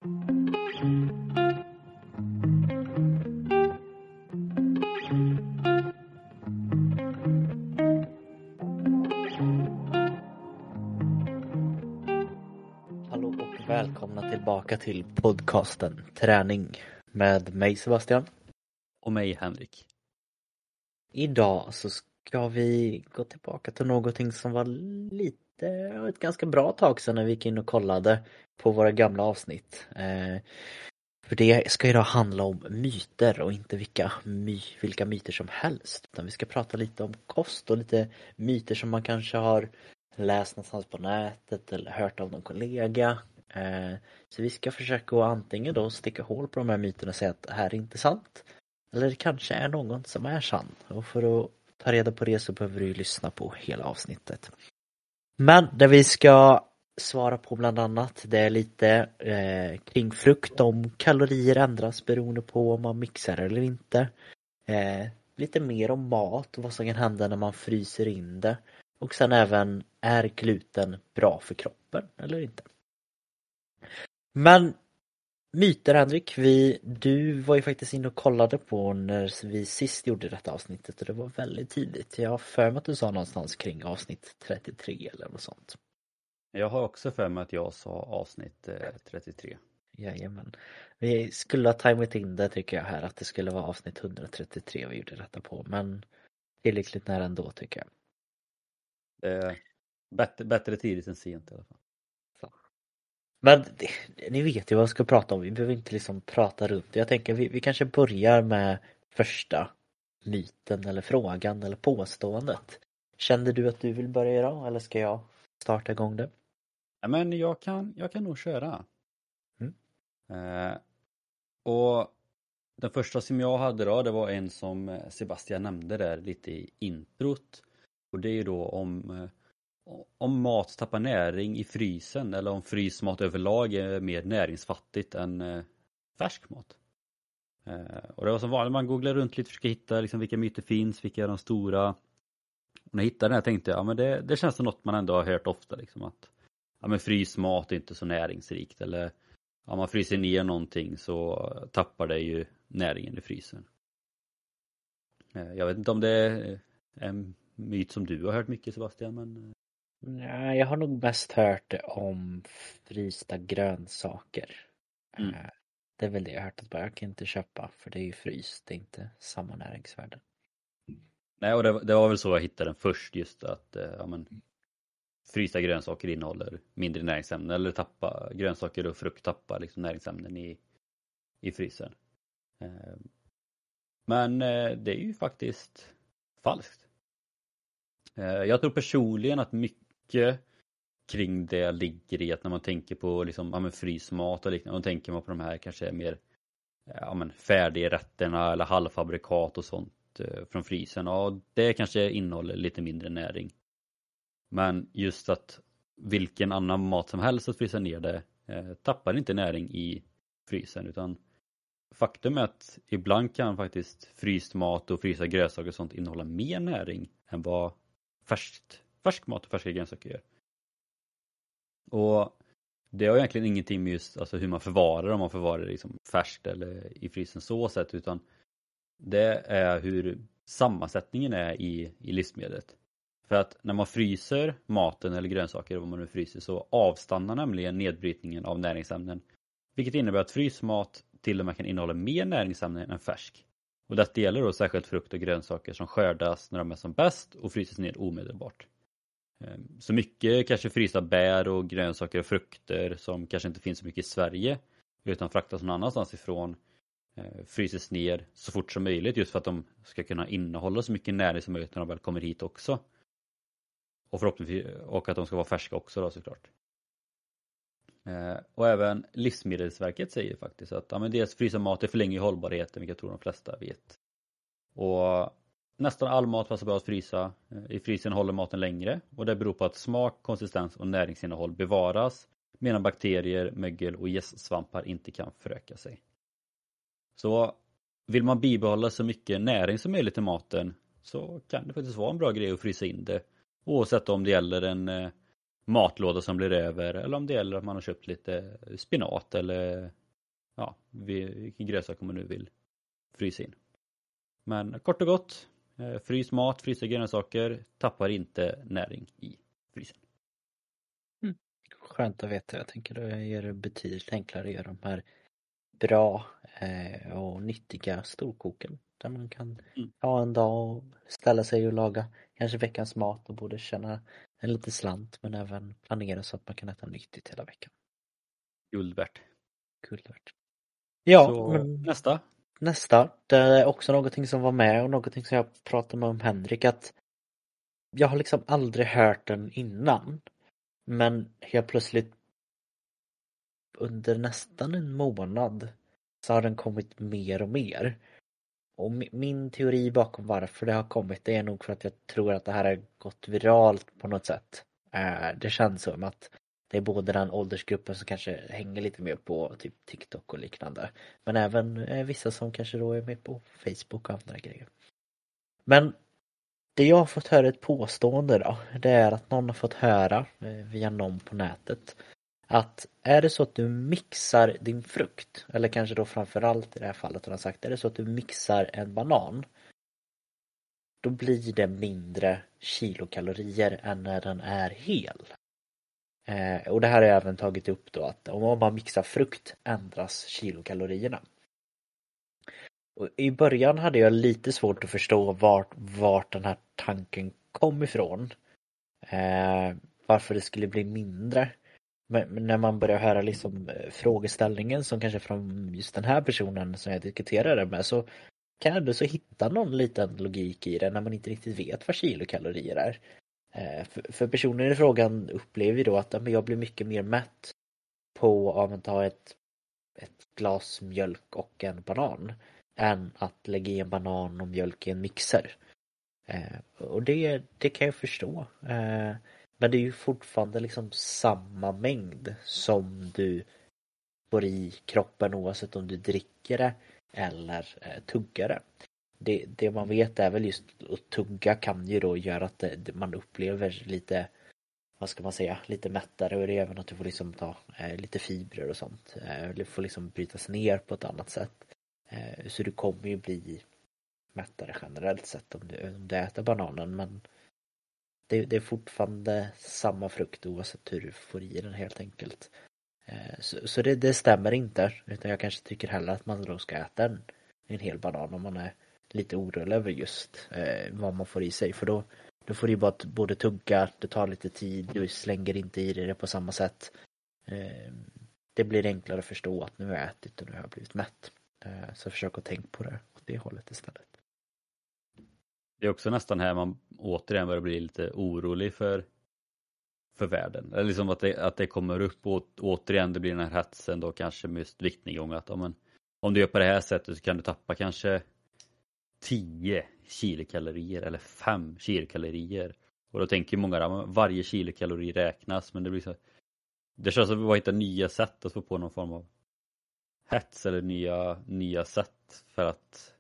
Hallå och välkomna tillbaka till podcasten Träning med mig Sebastian. Och mig Henrik. Idag så ska vi gå tillbaka till någonting som var ett ganska bra tag sedan när vi gick in och kollade på våra gamla avsnitt. För det ska idag handla om myter och inte vilka myter som helst. Utan vi ska prata lite om kost och lite myter som man kanske har läst någonstans på nätet eller hört av någon kollega. Så vi ska försöka att antingen då sticka hål på de här myterna och säga att det här är inte sant. Eller det kanske är någon som är sann. Och för att ta reda på det så behöver du lyssna på hela avsnittet. Men det vi ska svara på bland annat, det är lite kring frukt, om kalorier ändras beroende på om man mixar eller inte. Lite mer om mat och vad som kan hända när man fryser in det. Och sen även, är gluten bra för kroppen eller inte? Men myter, Henrik, du var ju faktiskt inne och kollade på när vi sist gjorde detta avsnittet och det var väldigt tidigt. Jag har för mig att du sa någonstans kring avsnitt 33 eller något sånt. Jag har också för mig att jag sa avsnitt 33. Jajamän. Vi skulle ha tajmat in det tycker jag här, att det skulle vara avsnitt 133 vi gjorde detta på, men tillräckligt nära ändå tycker jag. Bättre tidigt än sent i alla fall. Men ni vet ju vad jag ska prata om. Vi behöver inte liksom prata runt det. Jag tänker vi kanske börjar med första myten eller frågan eller påståendet. Kände du att du vill börja idag eller ska jag starta igång det? Ja, men jag kan nog köra. Och den första som jag hade då, det var en som Sebastian nämnde där lite i introt. Och det är ju då om mat tappar näring i frysen eller om frysmat överlag är mer näringsfattigt än färsk mat. Och det var som vanligt, man googlar runt lite, försöker hitta liksom vilka myter finns, vilka är de stora. Och när jag hittade den här tänkte jag, ja, men det känns som något man ändå har hört ofta liksom, att ja, men frysmat är inte så näringsrikt, eller om man fryser ner någonting så tappar det ju näringen i frysen. Jag vet inte om det är en myt som du har hört mycket, Sebastian, men... Nej, jag har nog mest hört om frysta grönsaker. Det är väl det jag har hört, att jag kan inte köpa för det är ju fryst, det är inte samma näringsvärde. Nej, och det var väl så jag hittade den först, just att ja, men, frysta grönsaker innehåller mindre näringsämnen, eller grönsaker och frukt tappar liksom näringsämnen i frysen. Men det är ju faktiskt falskt. Jag tror personligen att mycket kring det ligger i att när man tänker på liksom, ja, men frysmat och liknande, då tänker man på de här kanske mer färdigrätterna eller halvfabrikat och sånt från frysen. Och det kanske innehåller lite mindre näring. Men just att vilken annan mat som helst att frysa ner det tappar inte näring i frysen, utan faktum är att ibland kan faktiskt fryst mat och frysta grönsaker och sånt innehålla mer näring än vad färsk mat och färska grönsaker gör. Och det har egentligen ingenting med just alltså hur man förvarar, om man förvarar det liksom färskt eller i frysen så sätt, utan det är hur sammansättningen är i livsmedlet. För att när man fryser maten eller grönsaker, vad man nu fryser, så avstannar nämligen nedbrytningen av näringsämnen. Vilket innebär att frysmat till och med kan innehålla mer näringsämnen än färsk. Och detta gäller då särskilt frukt och grönsaker som skördas när de är som bäst och fryses ner omedelbart. Så mycket kanske frysta bär och grönsaker och frukter som kanske inte finns så mycket i Sverige utan fraktas någon annanstans ifrån fryses ner så fort som möjligt, just för att de ska kunna innehålla så mycket näring som möjligt när de väl kommer hit också. Och förhoppningsvis, och att de ska vara färska också då, såklart. Och även Livsmedelsverket säger faktiskt att ja, men dels frysa mat det förlänger hållbarheten, vilket jag tror de flesta vet. Och nästan all mat passar bra att frysa. I frysen håller maten längre, och det beror på att smak, konsistens och näringsinnehåll bevaras, medan bakterier, mögel och jästsvampar inte kan föröka sig. Så vill man bibehålla så mycket näring som möjligt i maten, så kan det faktiskt vara en bra grej att frysa in det. Oavsett om det gäller en matlåda som blir över eller om det gäller att man har köpt lite spinat eller ja, vilken grönsak man nu vill frysa in. Men kort och gott, frys mat, frysa grönsaker, tappar inte näring i frysen. Skönt att veta. Jag tänker det gör det betydligt enklare att göra de här bra och nyttiga storkoken. Där man kan ha en dag och ställa sig och laga kanske veckans mat och både tjäna en liten slant men även planera så att man kan äta nyttigt hela veckan. Guld värt. Guld värt. Ja, så, men nästa. Det är också någonting som var med och någonting som jag pratade med om Henrik att jag har liksom aldrig hört den innan. Men helt plötsligt under nästan en månad så har den kommit mer och mer. Och min teori bakom varför det har kommit det är nog för att jag tror att det här har gått viralt på något sätt. Det känns som att det är både den åldersgruppen som kanske hänger lite mer på typ TikTok och liknande. Men även vissa som kanske då är med på Facebook och andra grejer. Men det jag har fått höra ett påstående då, det är att någon har fått höra via någon på nätet att är det så att du mixar din frukt, eller kanske då framförallt i det här fallet har han sagt, är det så att du mixar en banan, då blir det mindre kilokalorier än när den är hel. Och det här har jag även tagit upp då att om man mixar frukt ändras kilokalorierna. Och i början hade jag lite svårt att förstå vart den här tanken kom ifrån. Varför det skulle bli mindre. Men när man börjar höra liksom frågeställningen som kanske från just den här personen som jag diskuterade med så kan jag ändå så hitta någon liten logik i det när man inte riktigt vet vad kilokalorier är. För personen i frågan upplever ju då att jag blir mycket mer mätt på att ta ett glas mjölk och en banan än att lägga i en banan och mjölk i en mixer. Och det kan jag förstå. Men det är ju fortfarande liksom samma mängd som du får i kroppen oavsett om du dricker det eller tuggar det. Det man vet är väl just att tugga kan ju då göra att man upplever lite, vad ska man säga, lite mättare och det är även att du får liksom ta lite fibrer och sånt. Det får liksom brytas ner på ett annat sätt. Så du kommer ju bli mättare generellt sett om du äter bananen men det är fortfarande samma frukt oavsett hur du får i den helt enkelt. Så det stämmer inte utan jag kanske tycker hellre att man då ska äta en hel banan om man är lite orolig över just vad man får i sig för då får du ju bara både tugga, det tar lite tid, du slänger inte i det på samma sätt. Det blir enklare att förstå att nu har jag ätit och nu har jag blivit mätt. Så försök att tänka på det åt det hållet istället. Det är också nästan här man återigen börjar bli lite orolig för världen. Eller liksom att det kommer upp och återigen det blir den här hetsen då kanske med just viktnedgång att om du gör på det här sättet så kan du tappa kanske 10 kilokalorier eller 5 kilokalorier. Och då tänker många att varje kilokalori räknas men det blir så det känns som att vi bara hittar nya sätt att få på någon form av hets eller nya sätt för att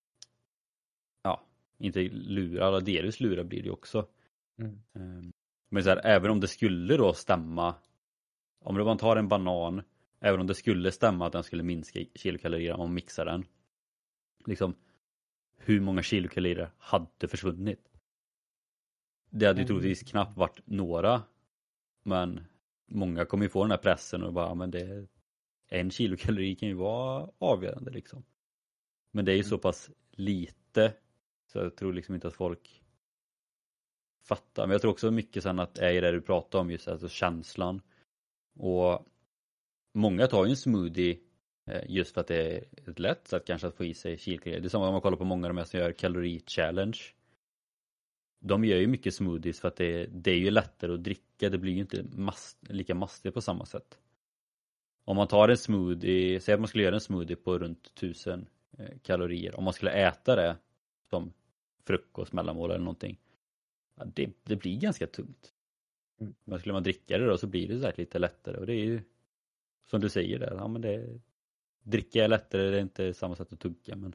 inte lura, alla delvis lura blir det också. Men så här, även om det skulle då stämma om man tar en banan, även om det skulle stämma att den skulle minska kilokalorier om man mixar den liksom, hur många kilokalorier hade försvunnit? Det hade ju troligtvis knappt varit några men många kommer ju få den här pressen och bara, men det en kilokalori kan ju vara avgörande liksom. Men det är ju så pass lite så jag tror liksom inte att folk fattar. Men jag tror också mycket sen att är det du pratar om just alltså känslan. Och många tar ju en smoothie just för att det är ett lätt sätt kanske att få i sig kilokalorier. Det är samma om man kollar på många av de här som gör kalori challenge. De gör ju mycket smoothies för att det är ju lättare att dricka. Det blir ju inte lika mastigt på samma sätt. Om man tar en smoothie, säg att man skulle göra en smoothie på runt 1000 kalorier. Om man skulle äta det som frukost, mellanmål eller någonting. Ja, det blir ganska tungt. Men skulle man dricka det då så blir det så här lite lättare. Och det är ju som du säger där. Ja, men dricka är lättare, det är inte samma sätt att tugga. Men,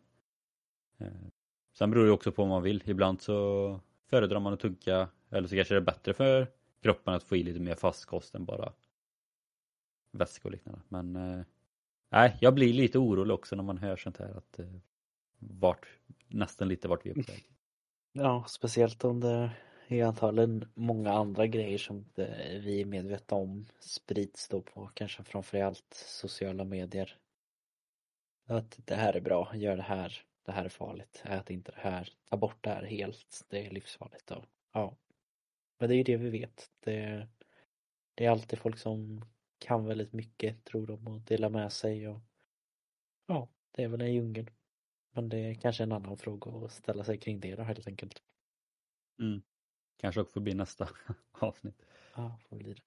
sen beror det också på vad man vill. Ibland så föredrar man att tugga. Eller så kanske det är bättre för kroppen att få i lite mer fast kost än bara vätska och liknande. Men nej, jag blir lite orolig också när man hör sånt här att nästan lite vart vi är på väg. Ja, speciellt om det är antagligen många andra grejer som inte vi är medvetna om sprids då på kanske framförallt sociala medier. Att det här är bra, gör det här är farligt, ät inte det här, ta bort det här helt, det är livsfarligt. Och, ja. Men det är ju det vi vet. Det är alltid folk som kan väldigt mycket, tror de, och delar med sig. Och, ja, det är väl en djungel. Men det är kanske en annan fråga att ställa sig kring det då, helt enkelt. Mm. Kanske också får bli nästa avsnitt. Ja, får bli det.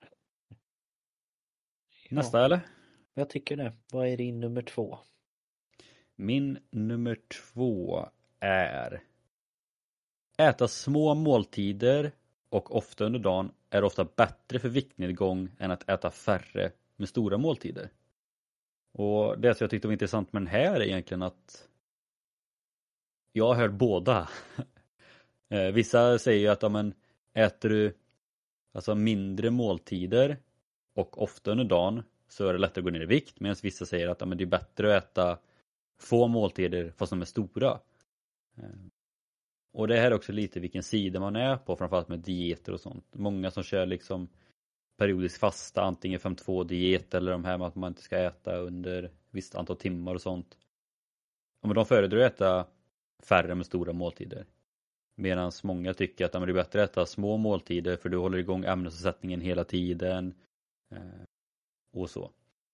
Nästa Ja, eller? jag tycker det. Vad är din nummer 2? Min nummer 2 är äta små måltider och ofta under dagen är ofta bättre för viktnedgång än att äta färre med stora måltider. Och det som jag tyckte var intressant med den här är egentligen att jag har hört båda. Vissa säger ju att ja, men, äter du alltså mindre måltider och ofta under dagen så är det lättare att gå ner i vikt, medan vissa säger att ja, men det är bättre att äta få måltider fast de är stora. Och det här är också lite vilken sida man är på, framförallt med dieter och sånt. Många som kör liksom periodisk fasta, antingen 5-2 diet eller de här med att man inte ska äta under visst antal timmar och sånt. Ja, men de föredrar att äta färre med stora måltider. Medan många tycker att ja, men det är bättre att äta små måltider för du håller igång ämnesomsättningen hela tiden. Och så.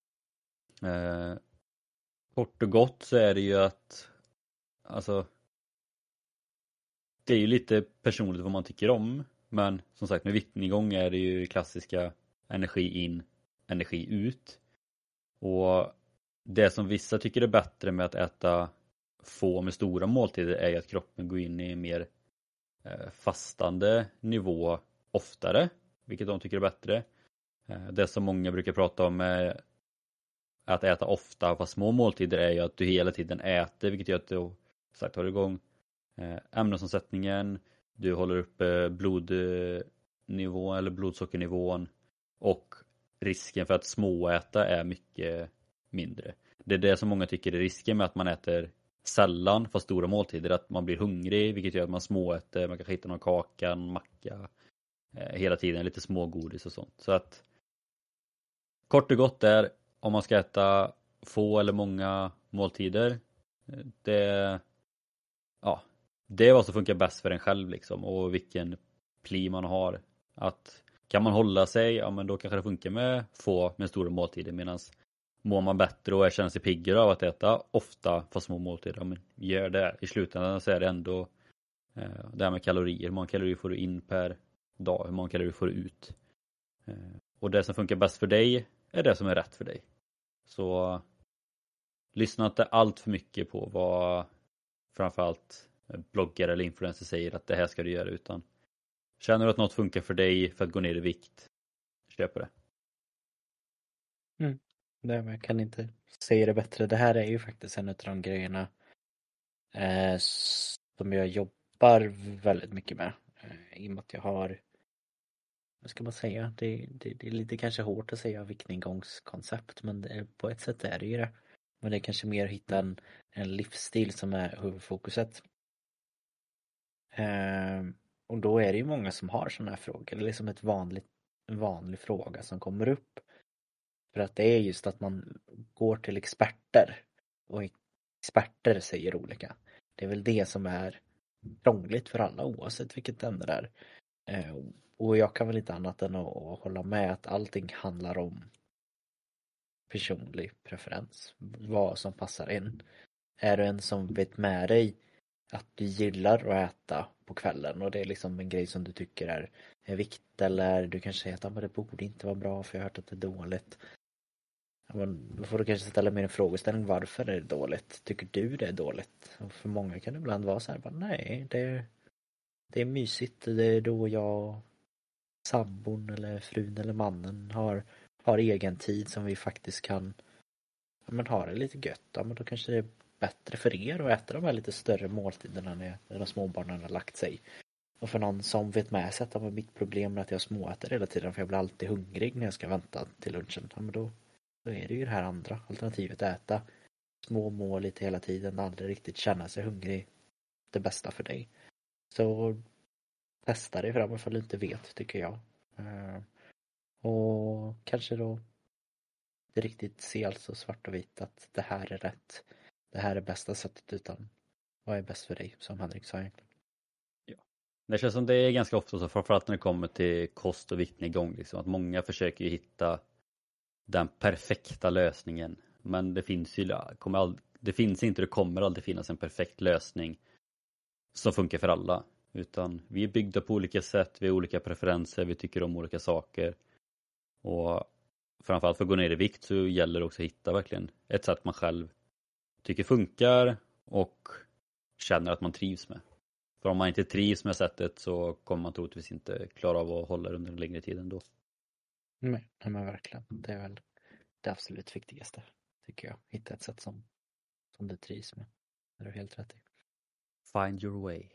Kort och gott så är det ju att alltså det är ju lite personligt vad man tycker om, men som sagt med viktnedgång är det ju klassiska energi in, energi ut. Och det som vissa tycker är bättre med att äta få med stora måltider är ju att kroppen går in i en mer fastande nivå oftare, vilket de tycker är bättre. Det som många brukar prata om är att äta ofta fast små måltider är ju att du hela tiden äter, vilket gör att du sagt har igång ämnesomsättningen, du håller uppe blodnivån eller blodsockernivån och risken för att småäta är mycket mindre. Det är det som många tycker är risken med att man äter sällan fast stora måltider, att man blir hungrig, vilket gör att man småäter, man kanske hittar någon kaka, en macka hela tiden, lite smågodis och sånt. Så att kort och gott är om man ska äta få eller många måltider, det är vad som funkar bäst för en själv liksom, och vilken pli man har. Att kan man hålla sig, ja men då kanske det funkar med få med stora måltider, medan mår man bättre och känner sig piggare av att äta ofta fast små måltider, ja men gör det. I slutändan så är det ändå det här med kalorier. Hur många kalorier får du in per dag? Hur många kalorier får du ut? Och det som funkar bäst för dig är det som är rätt för dig. Så lyssna inte allt för mycket på vad framförallt bloggare eller influencers säger att det här ska du göra, utan känner du att något funkar för dig för att gå ner i vikt, köp det. Jag kan inte säga det bättre. Det här är ju faktiskt en av de grejerna som jag jobbar väldigt mycket med. I och med att jag har, vad ska man säga, det är lite kanske hårt att säga viktnedgångskoncept, men på ett sätt är det ju det. Men det är kanske mer att hitta en livsstil som är huvudfokuset. Och då är det ju många som har sådana här frågor. Det är liksom en vanlig fråga som kommer upp. För att det är just att man går till experter. Och experter säger olika. Det är väl det som är krångligt för alla oavsett vilket ämne det är. Och jag kan väl inte annat än att hålla med att allting handlar om personlig preferens. Vad som passar in. Är du en som vet med dig att du gillar att äta på kvällen och det är liksom en grej som du tycker är viktigt, eller du kanske säger att men det borde inte vara bra för jag har hört att det är dåligt. Men då får du kanske ställa mer en frågeställning, varför är det dåligt? Tycker du det är dåligt? Och för många kan det ibland vara så här, bara, nej det är mysigt, det är då jag, sambon eller frun eller mannen har egen tid som vi faktiskt kan ha det lite gött. Ja, men då kanske det är bättre för er att äta de här lite större måltiderna när de små barnen har lagt sig. Och för någon som vet med sig att mitt problem är att jag småäter hela tiden för jag blir alltid hungrig när jag ska vänta till lunchen. Ja, men då är det ju det här andra alternativet, äta små mål lite hela tiden, aldrig riktigt känna sig hungrig, det bästa för dig. Så testa dig fram ifall du inte vet, tycker jag. Och kanske då inte riktigt se alltså svart och vitt att det här är rätt, det här är bästa sättet, utan vad är bäst för dig, som Henrik sa egentligen. Ja. Det känns som det är ganska ofta så, framförallt när det kommer till kost och viktnedgång, liksom, att många försöker ju hitta den perfekta lösningen. Men det finns ju, det finns inte, det kommer aldrig finnas en perfekt lösning som funkar för alla. Utan vi är byggda på olika sätt, vi har olika preferenser, vi tycker om olika saker. Och framförallt för att gå ner i vikt så gäller det också att hitta verkligen ett sätt man själv tycker funkar och känner att man trivs med. För om man inte trivs med sättet så kommer man troligtvis inte klara av att hålla det under en längre tid ändå. Nej, men verkligen. Det är väl det absolut viktigaste, tycker jag. Hitta ett sätt som du trivs med. Det är du helt rätt i. Find your way.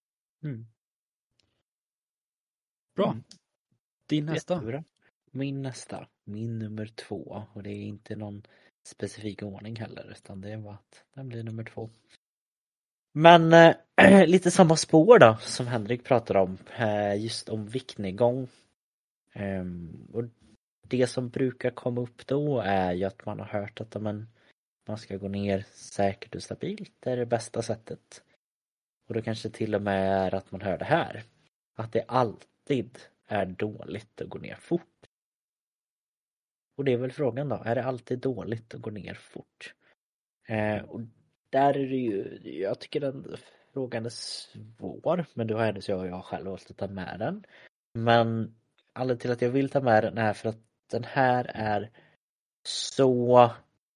Bra. Mm. Din nästa. Jättebra. Min nästa. Min nummer 2. Och det är inte någon specifik ordning heller, utan det är bara att den blir nummer 2. Men lite samma spår då som Henrik pratade om. Just om viktnedgång. Och det som brukar komma upp då är ju att man har hört att man ska gå ner säkert och stabilt. Det är det bästa sättet. Och då kanske till och med är att man hör det här. Att det alltid är dåligt att gå ner fort. Och det är väl frågan då. Är det alltid dåligt att gå ner fort? Och där är det ju, jag tycker den frågan är svår. Men då är det så jag själv valt att ta med den. Men anledningen till att jag vill ta med den är för att den här är så...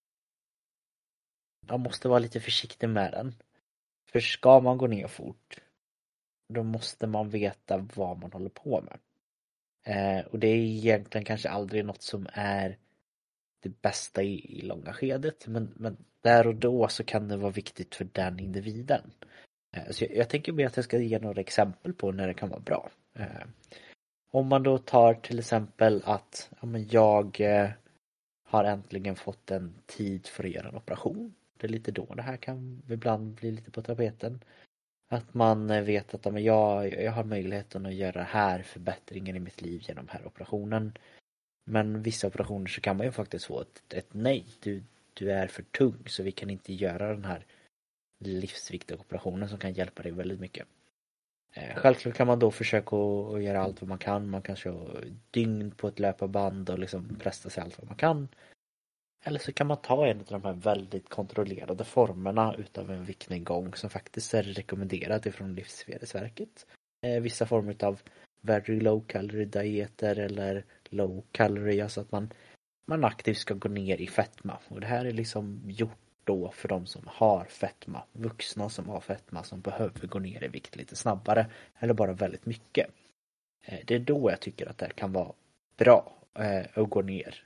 Man måste vara lite försiktig med den. För ska man gå ner fort, då måste man veta vad man håller på med. Och det är egentligen kanske aldrig något som är det bästa i långa skedet. Men där och då så kan det vara viktigt för den individen. Så jag tänker mer att jag ska ge några exempel på när det kan vara bra. Om man då tar till exempel att jag har äntligen fått en tid för att göra en operation. Det är lite då det här kan ibland bli lite på tapeten. Att man vet att jag har möjligheten att göra här förbättringen i mitt liv genom den här operationen. Men vissa operationer så kan man ju faktiskt få ett nej. Du är för tung så vi kan inte göra den här livsviktiga operationen som kan hjälpa dig väldigt mycket. Självklart kan man då försöka att göra allt vad man kan. Man kan köra dygn på ett löparband och liksom presta sig allt vad man kan. Eller så kan man ta en av de här väldigt kontrollerade formerna utav en viktnedgång som faktiskt är rekommenderad ifrån Livsmedelsverket. Vissa former av very low calorie dieter eller low calorie, alltså att man aktivt ska gå ner i fetma. Och det här är liksom gjort då för de som har fetma, vuxna som har fetma som behöver gå ner i vikt lite snabbare eller bara väldigt mycket. Det är då jag tycker att det kan vara bra att gå ner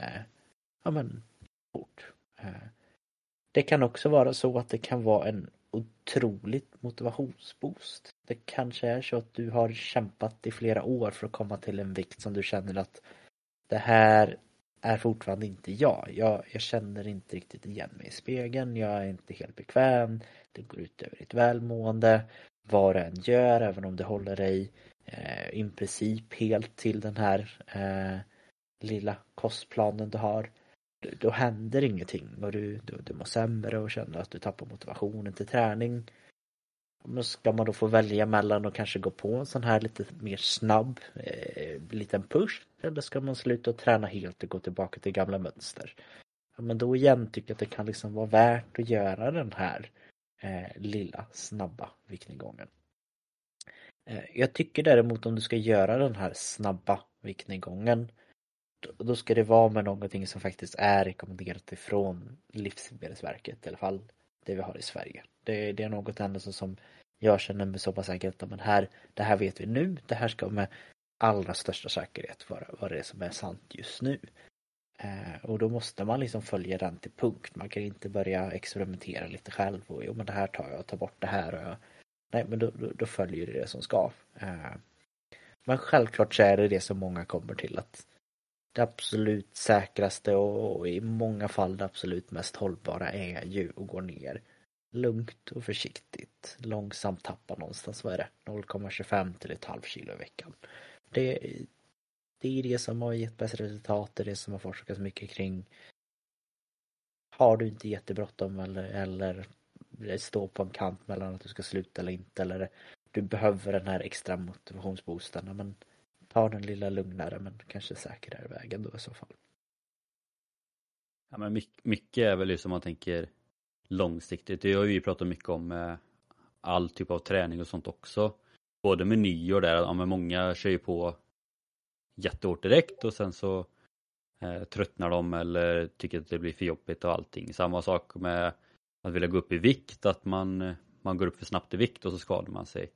fort. Det kan också vara så att det kan vara en otroligt motivationsboost. Det kanske är så att du har kämpat i flera år för att komma till en vikt som du känner att det här är fortfarande inte jag. Jag känner inte riktigt igen mig i spegeln. Jag är inte helt bekväm. Det går ut över ditt välmående. Vad du än gör, även om det håller dig i princip helt till den här lilla kostplanen du har. Då händer ingenting och du mår sämre och känner att du tappar motivationen till träning. Men ska man då få välja mellan och kanske gå på en sån här lite mer snabb liten push, eller ska man sluta och träna helt och gå tillbaka till gamla mönster? Ja, men då igen tycker jag att det kan liksom vara värt att göra den här lilla snabba viktnedgången. Jag tycker däremot om du ska göra den här snabba viktnedgången, då ska det vara med någonting som faktiskt är rekommenderat ifrån Livsmedelsverket, i alla fall det vi har i Sverige. Det är något ändå som jag känner mig så pass säkert att det här vet vi nu, det här ska med allra största säkerhet vara det som är sant just nu. Och då måste man liksom följa den till punkt. Man kan inte börja experimentera lite själv och men det här tar jag och tar bort det här och jag nej men då följer det som ska. Men självklart så är det som många kommer till, att det absolut säkraste och i många fall det absolut mest hållbara är ju att gå ner lugnt och försiktigt, långsamt tappa någonstans, vad är det? 0,25 till ett halvt kilo i veckan. Det är det som har gett bäst resultat, det är det som har forskats mycket kring. Har du inte jättebråttom eller står på en kant mellan att du ska sluta eller inte, eller du behöver den här extra motivationsboosten, men ta den lilla lugnare men kanske säkrare vägen då i så fall. Ja, men mycket är väl som man tänker långsiktigt. Det har vi pratat mycket om med all typ av träning och sånt också. Både med nyår där, ja, men många kör ju på jättehårt direkt och sen så tröttnar de eller tycker att det blir för jobbigt och allting. Samma sak med att vilja gå upp i vikt, att man går upp för snabbt i vikt och så skadar man sig.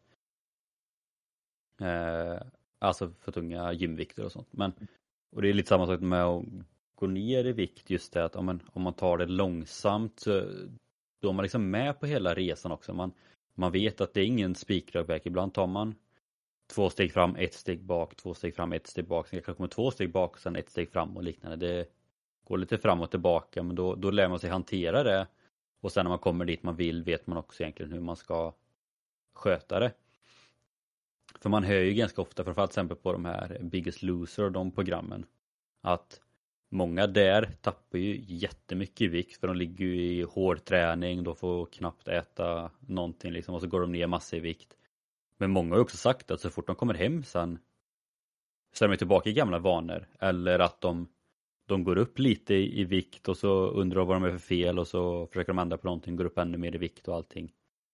Alltså för tunga gymvikter och sånt. Och det är lite samma sak med att gå ner i vikt, just det att om man tar det långsamt så då är man liksom med på hela resan också. Man vet att det är ingen spikrak väg. Ibland tar man 2 steg fram, 1 steg bak, 2 steg fram, 1 steg bak. Sen kanske kommer 2 steg bak och sen 1 steg fram och liknande. Det går lite fram och tillbaka, men då lär man sig hantera det. Och sen när man kommer dit man vill vet man också egentligen hur man ska sköta det. För man hör ju ganska ofta, framförallt exempel på de här Biggest Loser och de programmen, att många där tappar ju jättemycket i vikt för de ligger ju i hård träning, de får knappt äta någonting liksom, och så går de ner massor i vikt. Men många har också sagt att så fort de kommer hem sen så är de tillbaka i gamla vanor, eller att de går upp lite i vikt och så undrar vad de är för fel och så försöker de ändra på någonting, går upp ännu mer i vikt och allting.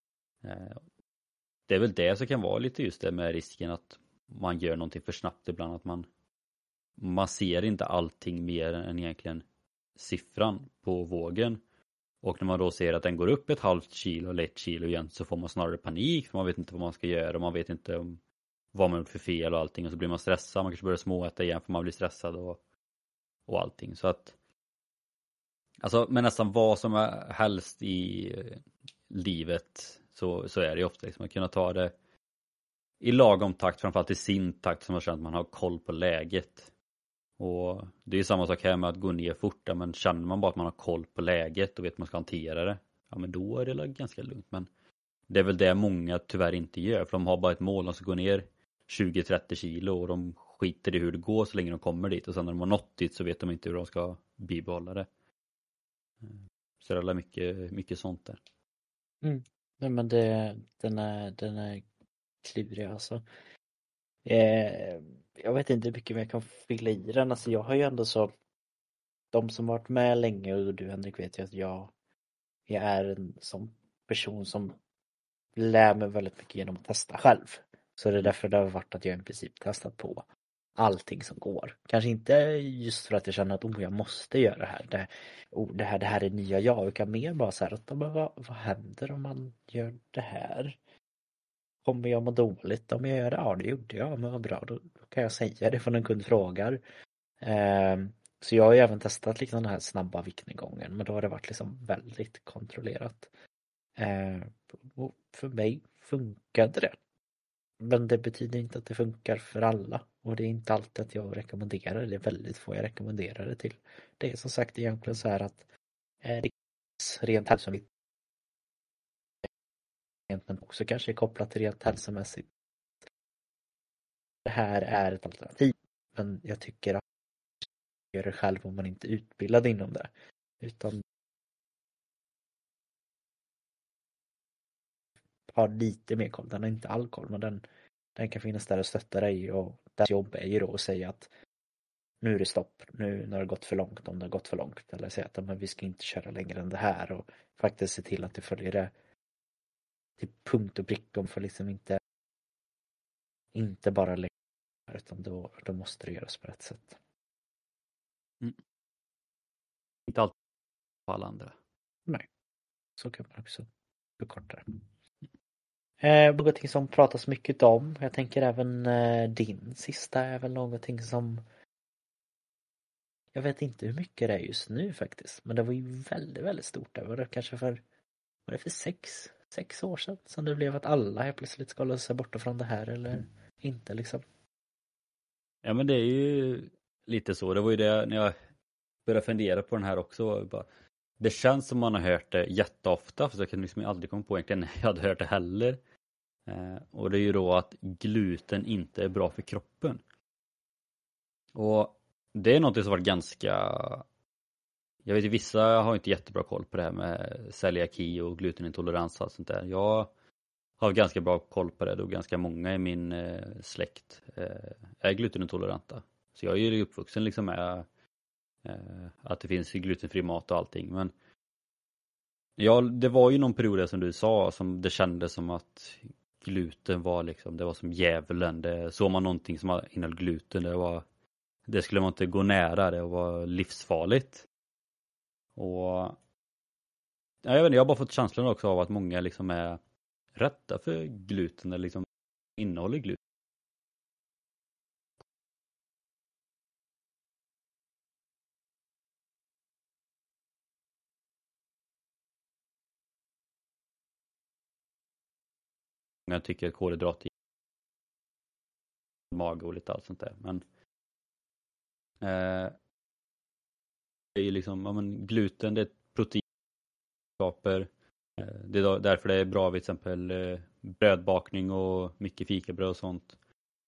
Det är väl det som kan vara lite just det med risken att man gör någonting för snabbt ibland, att man ser inte allting mer än egentligen siffran på vågen. Och när man då ser att den går upp ett halvt kilo eller 1 kilo igen så får man snarare panik, för man vet inte vad man ska göra och man vet inte vad man gjort för fel och allting, och så blir man stressad, man kanske börjar småäta igen för man blir stressad och allting. Så att alltså med nästan vad som är helst i livet så är det ju ofta liksom att kunna ta det i lagom takt, framförallt i sin takt, som man känner att man har koll på läget. Och det är ju samma sak här med att gå ner fort, men känner man bara att man har koll på läget och vet att man ska hantera det, ja men då är det ganska lugnt. Men det är väl det många tyvärr inte gör, för de har bara ett mål, de ska gå ner 20-30 kilo och de skiter i hur det går så länge de kommer dit, och sen när de har nått dit så vet de inte hur de ska bibehålla det. Så det är mycket sånt där. Nej men den är klurig alltså. Jag vet inte hur mycket mer jag kan fylla i den. Alltså jag har ju ändå så, de som varit med länge, och du Henrik vet ju att jag är en sån person som lär mig väldigt mycket genom att testa själv. Så det är därför det har varit att jag i princip testat på allting som går. Kanske inte just för att jag känner att jag måste göra det här. Det här är nya jag, utan mer bara så här att vad händer om man gör det här? Kommer jag må dåligt om jag gör det? Ja, det gjorde jag, men vad bra, då kan jag säga det för en kund frågar. Så jag har ju även testat liksom den här snabba viktnedgången, men då har det varit liksom väldigt kontrollerat. Och för mig funkade det. Men det betyder inte att det funkar för alla, och det är inte alltid att jag rekommenderar det. Det är väldigt få jag rekommenderar det till. Det är som sagt egentligen så här att det rent hälsomässigt, men också kanske är kopplat till rent hälsomässigt. Det här är ett alternativ, men jag tycker att man gör det själv om man inte är utbildad inom det. Utan har lite mer koll. Den har inte all koll, men den kan finnas där och stötta dig, och dess jobb är ju då att säga att nu är det stopp, nu har det gått för långt om det har gått för långt, eller säga att men vi ska inte köra längre än det här, och faktiskt se till att du följer det till punkt och pricka, för liksom inte bara lägga, utan då måste det göras på rätt sätt. Inte alltid på alla andra. Nej, så kan man också förkorta det. Någonting som pratas mycket om, jag tänker även din sista är väl någonting som jag vet inte hur mycket det är just nu faktiskt, men det var ju väldigt, väldigt stort. Det var det kanske för 6 6 år sedan som det blev att alla helt plötsligt ska hålla sig borta från det här eller inte liksom. Ja, men det är ju lite så. Det var ju det när jag började fundera på den här också. Bara, det känns som man har hört det jätteofta, för jag kan liksom aldrig komma på egentligen när jag hade hört det heller. Och det är ju då att gluten inte är bra för kroppen. Och det är något som varit ganska... Jag vet ju, vissa har inte jättebra koll på det här med celiaki och glutenintolerans och sånt där. Jag har ganska bra koll på det, och ganska många i min släkt är glutenintoleranta. Så jag är ju uppvuxen liksom med att det finns glutenfri mat och allting. Men ja, det var ju någon period där, som du sa, som det kändes som att gluten var liksom, det var som djävulen. Såg man någonting som innehöll gluten, det skulle man inte gå nära, det var livsfarligt. Och jag vet inte, jag har bara fått känslan också av att många liksom är rädda för gluten, eller liksom innehåller gluten. Många tycker att kolhydrater är mage och lite allt sånt där. Men det är ju liksom, ja, men gluten, det är proteinskaper. Det är därför det är bra vid till exempel brödbakning och mycket fikabröd och sånt.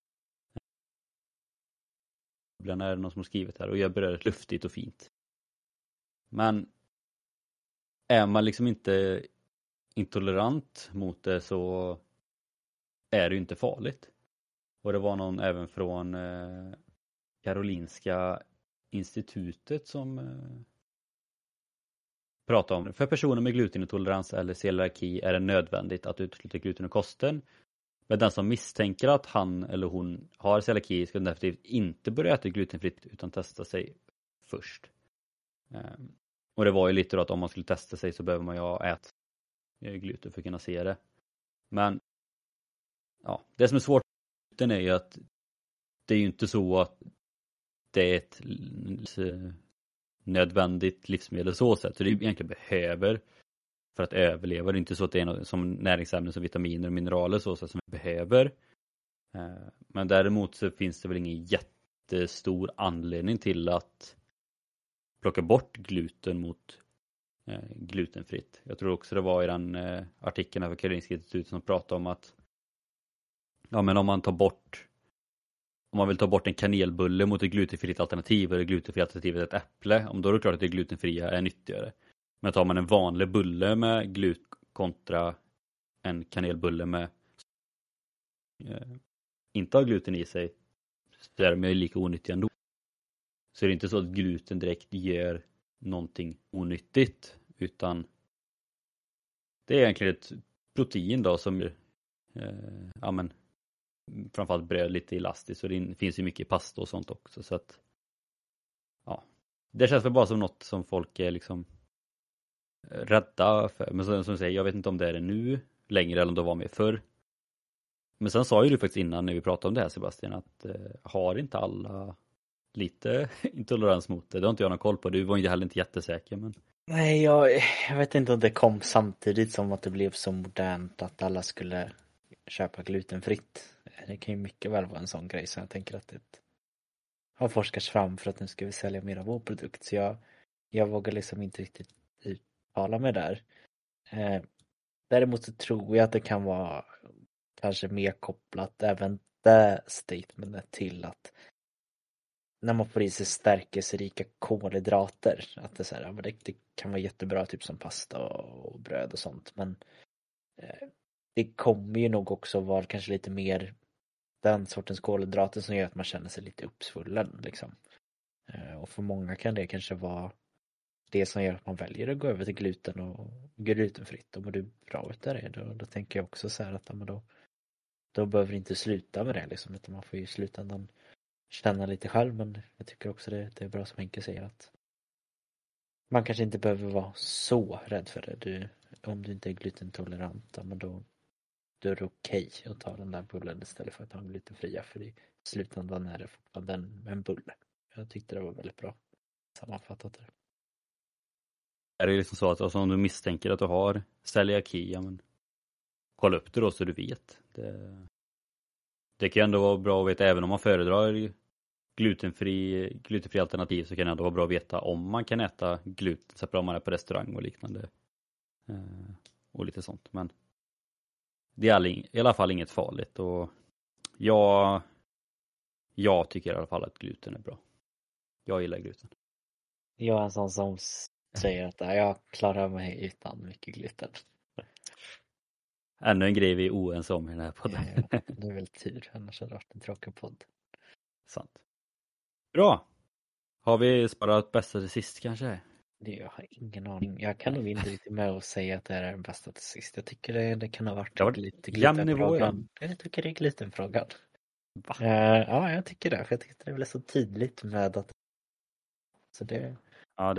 Ibland är det någon som har skrivit här och gör brödet luftigt och fint. Men är man liksom inte intolerant mot det, så är det ju inte farligt. Och det var någon även från Karolinska institutet som pratade om det. För personer med glutenintolerans eller celiaki är det nödvändigt att utesluta gluten ur kosten. Men den som misstänker att han eller hon har celiaki ska definitivt inte börja äta glutenfritt utan testa sig först. Och det var ju lite då att om man skulle testa sig så behöver man ju äta gluten för att kunna se det. Men ja, det som är svårt med gluten är ju att det är ju inte så att det är ett nödvändigt livsmedel så sätt. Så det egentligen behöver för att överleva. Det är inte så att det är något som näringsämnen som vitaminer och mineraler så sätt som vi behöver. Men däremot så finns det väl ingen jättestor anledning till att plocka bort gluten mot glutenfritt. Jag tror också det var i den artikeln av Karolinska institutet som pratade om att ja, men om man vill ta bort en kanelbulle mot ett glutenfritt alternativ, och det glutenfria alternativet ett äpple, om då är det klart att det glutenfria är nyttigare. Men tar man en vanlig bulle med glut kontra en kanelbulle med inte har gluten i sig, så är de ju lika onyttiga ändå. Så är det inte så att gluten direkt gör någonting onyttigt, utan det är egentligen ett protein då som ja, men framförallt bröd lite elastiskt, så det finns ju mycket pasta och sånt också, så att ja, det känns väl bara som något som folk är liksom rädda för. Men som du säger, jag vet inte om det är det nu längre eller om det var med förr. Men sen sa ju du faktiskt innan när vi pratade om det här, Sebastian, att har inte alla lite intolerans mot det? Det har inte jag någon koll på. Du var ju heller inte jättesäker, men... Nej, jag vet inte om det kom samtidigt som att det blev så modernt att alla skulle köpa glutenfritt. Det kan ju mycket väl vara en sån grej, så jag tänker att det har forskats fram för att nu ska vi sälja mer av vår produkt. Så jag vågar liksom inte riktigt uttala mig där. Däremot så tror jag att det kan vara kanske mer kopplat även det statementet till att när man får i sig stärkelserika kolhydrater, att det, så här, ja, det kan vara jättebra typ som pasta och bröd och sånt, men det kommer ju nog också vara kanske lite mer den sortens kolhydrater som gör att man känner sig lite uppsvullen liksom. Och för många kan det kanske vara det som gör att man väljer att gå över till gluten och glutenfritt. Och mår du bra utav det, då tänker jag också så här att ja, men då behöver du inte sluta med det liksom, utan man får ju i slutändan känna lite själv. Men jag tycker också det är bra som Henke säger, att man kanske inte behöver vara så rädd för det. Om du inte är glutentolerant, ja, men då är det okej att ta den där bullen istället för att ta en glutenfria, för i slutändan är det fortfarande en bulle. Jag tyckte det var väldigt bra sammanfattat det. Är det liksom så att alltså, om du misstänker att du har celiaki, ja, men kolla upp det då så du vet. Det kan ändå vara bra att veta, även om man föredrar glutenfri alternativ, så kan det ändå vara bra att veta om man kan äta gluten, så om man är på restaurang och liknande. Och lite sånt. Men det är i alla fall inget farligt. Och jag tycker i alla fall att gluten är bra. Jag gillar gluten. Jag är en sån som säger att jag klarar mig utan mycket gluten. Ännu en grej vi är oense om i den här podden. Det är väl tur, annars hade det varit en tråkig podd. Sant. Bra! Har vi sparat bästa till sist kanske? Jag har ingen aning. Jag kan nog inte riktigt med att säga att det är den bästa till sist. Jag tycker det kan ha varit lite glutenfrågan. Jag tycker det är glutenfrågan. Ja, jag tycker det. För jag tycker det är väl så tydligt med att så det... Ja,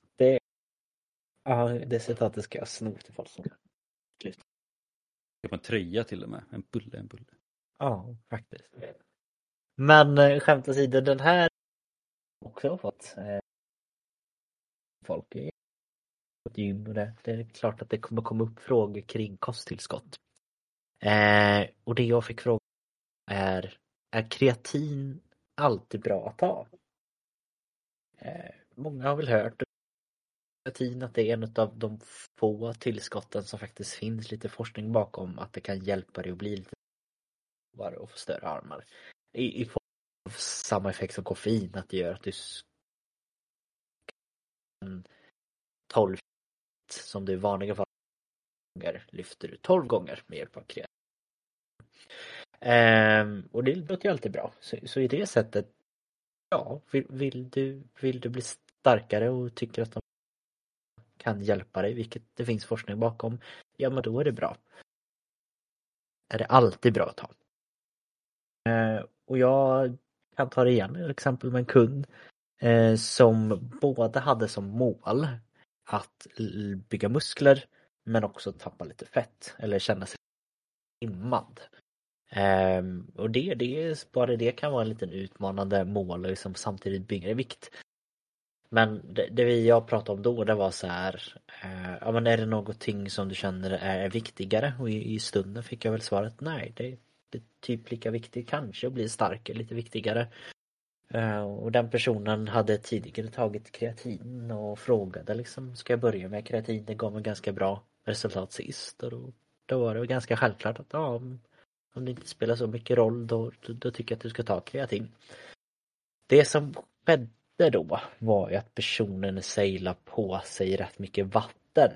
det citatet ska jag sno till folk som gluten. Det var en tröja till och med. En bulle. Ja, faktiskt. Men skämt åsido, den här också har fått folk i gym och det är klart att det kommer komma upp frågor kring kosttillskott. Och det jag fick fråga är kreatin alltid bra att ta? Många har väl hört kreatin, att det är en av de få tillskotten som faktiskt finns lite forskning bakom, att det kan hjälpa dig att bli lite varare och få större armar. I form av samma effekt som koffein, att det gör att du 12 som du i vanliga fall lyfter du 12 gånger med hjälp av kreatin. Och det låter ju alltid bra. Så i det sättet, ja, vill du bli starkare och tycker att de kan hjälpa dig, vilket det finns forskning bakom, ja men då är det bra. Är det alltid bra att ta. Och jag kan ta det igen, till exempel med en kund som både hade som mål att bygga muskler men också tappa lite fett eller känna sig immad. Och det kan vara en liten utmanande mål och liksom samtidigt bygga i vikt. Men det jag pratade om då, det var så här, ja men är det någonting som du känner är viktigare? Och i stunden fick jag väl svaret nej, det är typ lika viktigt kanske att bli starkare, lite viktigare. Och den personen hade tidigare tagit kreatin och frågade liksom, ska jag börja med kreatin? Det gav mig ganska bra resultat sist, och då var det ganska självklart att ja, om det inte spelar så mycket roll då tycker jag att du ska ta kreatin. Det som skedde då var ju att personen i sig la på sig rätt mycket vatten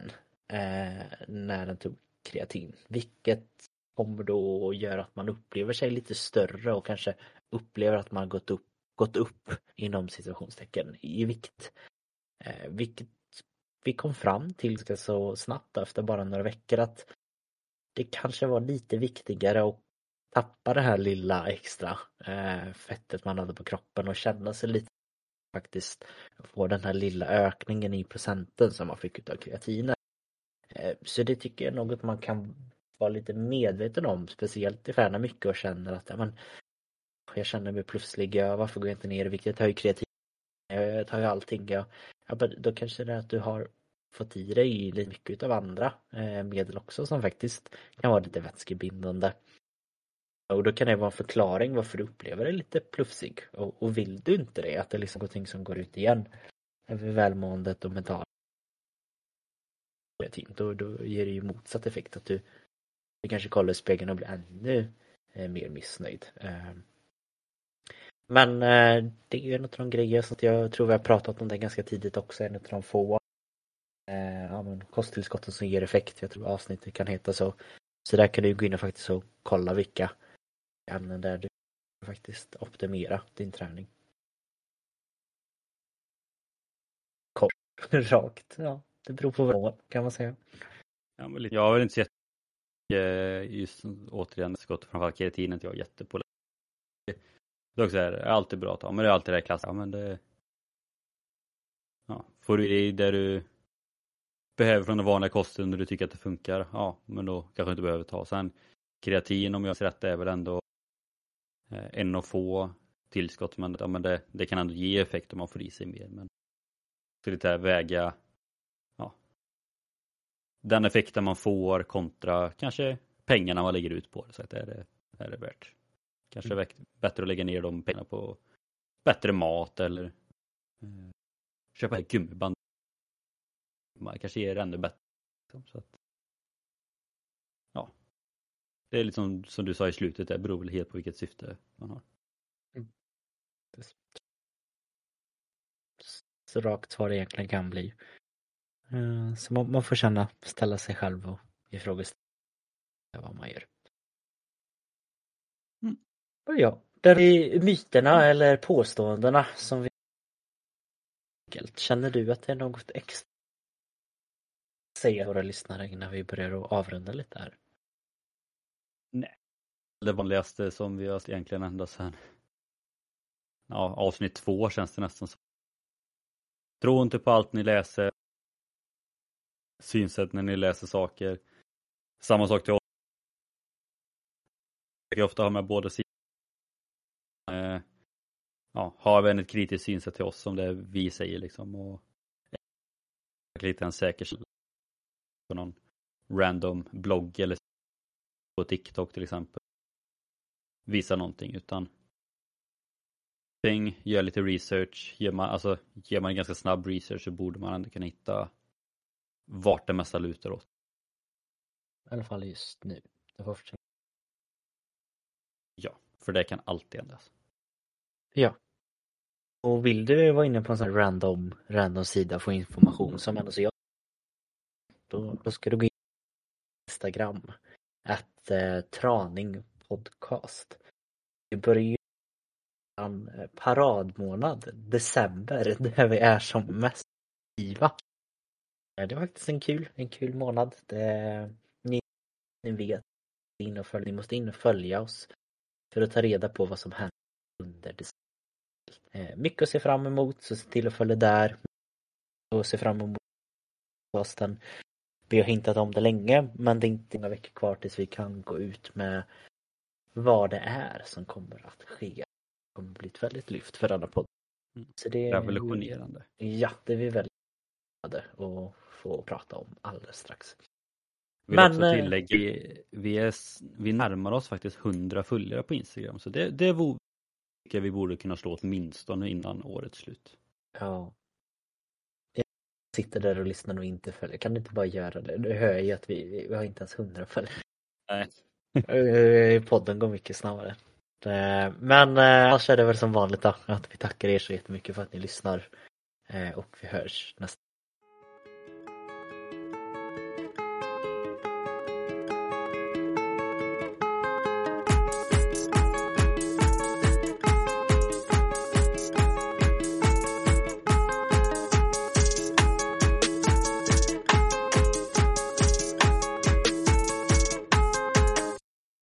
när den tog kreatin, vilket kommer då att göra att man upplever sig lite större och kanske upplever att man gått upp inom situationstecken i vikt. Vilket vi kom fram till så snabbt efter bara några veckor att det kanske var lite viktigare att tappa det här lilla extra fettet man hade på kroppen och känna sig lite, faktiskt få den här lilla ökningen i procenten som man fick utav kreatiner. Så det tycker jag är något man kan vara lite medveten om, speciellt i färna mycket och känner att ja, men, jag känner mig plötslig, varför går jag inte ner i vikt? Jag tar ju kreatin, jag tar ju allting. Då kanske det är att du har fått i dig lite mycket av andra medel också som faktiskt kan vara lite vätskebindande. Och då kan det vara en förklaring varför du upplever dig lite plufsig. Och vill du inte det, att det är liksom någonting som går ut igen över välmåendet och mentalt, då ger det ju motsatt effekt, att du kanske kollar i spegeln och blir ännu mer missnöjd. Men det är ju en av de grejer som jag tror vi har pratat om det ganska tidigt också, en av de få kosttillskotten som ger effekt. Jag tror avsnittet kan heta så. Så där kan du gå in och faktiskt och kolla vilka ämnen där du faktiskt optimera din träning. Kort, rakt, ja. Det beror på vad kan man säga. Ja, men jag har väl inte sett just återigen skott framförallt kreatinen, jag är jättepåläst. Det är också här, är alltid bra att ta, men det är alltid det här klassen. Ja, men det, ja, får du i det du behöver från den vanliga kosten och du tycker att det funkar, ja, men då kanske du inte behöver ta. Sen kreatin, om jag ser rätt, är väl ändå en av få tillskott, men, ja, men det kan ändå ge effekt om man får i sig mer. Men så lite här väga den effekten man får kontra kanske pengarna man lägger ut på det. Så att det är det värt. Kanske bättre att lägga ner de pengarna på bättre mat eller köpa ett gummiband. Man kanske ger ännu bättre. Så att, ja. Det är liksom som du sa i slutet, det beror väl helt på vilket syfte man har. Så rakt svar det egentligen kan bli. Så man får ställa sig själv och ifrågasätta vad man gör. Och ja, där är myterna eller påståendena som vi känner du att det är något extra att säga våra lyssnare innan vi börjar att avrunda lite här? Nej. Det vanligaste som vi har egentligen ända sedan avsnitt 2 känns det nästan som. Tro inte på allt ni läser. Synsätt när ni läser saker. Samma sak till oss. Jag ofta har med båda sidor. Har en ett kritiskt synsätt till oss som det vi säger liksom. Och lite en säker på någon random blogg eller på TikTok till exempel. Visa någonting utan gör lite research. Ger man en ganska snabb research så borde man ändå kunna hitta vart det mesta lutar åt. I alla fall just nu. Ja, för det kan alltid ändras. Ja. Och vill du vara inne på en sån här random sida och få information som ändå så jag då ska du gå in på Instagram @traning podcast. Vi börjar ju en paradmånad, december, där vi är som mest aktiva. Det är faktiskt en kul månad. Ni vet, ni måste in och följa oss för att ta reda på vad som händer under december. Mycket att se fram emot, så se till att följa där och se fram emot posten. Vi har hintat om det länge, men det är inte några veckor kvar tills vi kan gå ut med vad det är som kommer att ske. Det kommer bli ett väldigt lyft för alla poddar. Så det är revolutionerande. Ja, det är vi väldigt glada att få prata om alldeles strax. Vill också tillägga, vi närmar oss faktiskt 100 följare på Instagram, så det tycker vi borde kunna slå åtminstone innan årets slut. Ja. Jag sitter där och lyssnar och inte följer. Kan du inte bara göra det? Du hör ju att vi har inte ens 100 följare. Nej. Podden går mycket snabbare. Men annars är det väl som vanligt då, att vi tackar er så jättemycket för att ni lyssnar. Och vi hörs nästa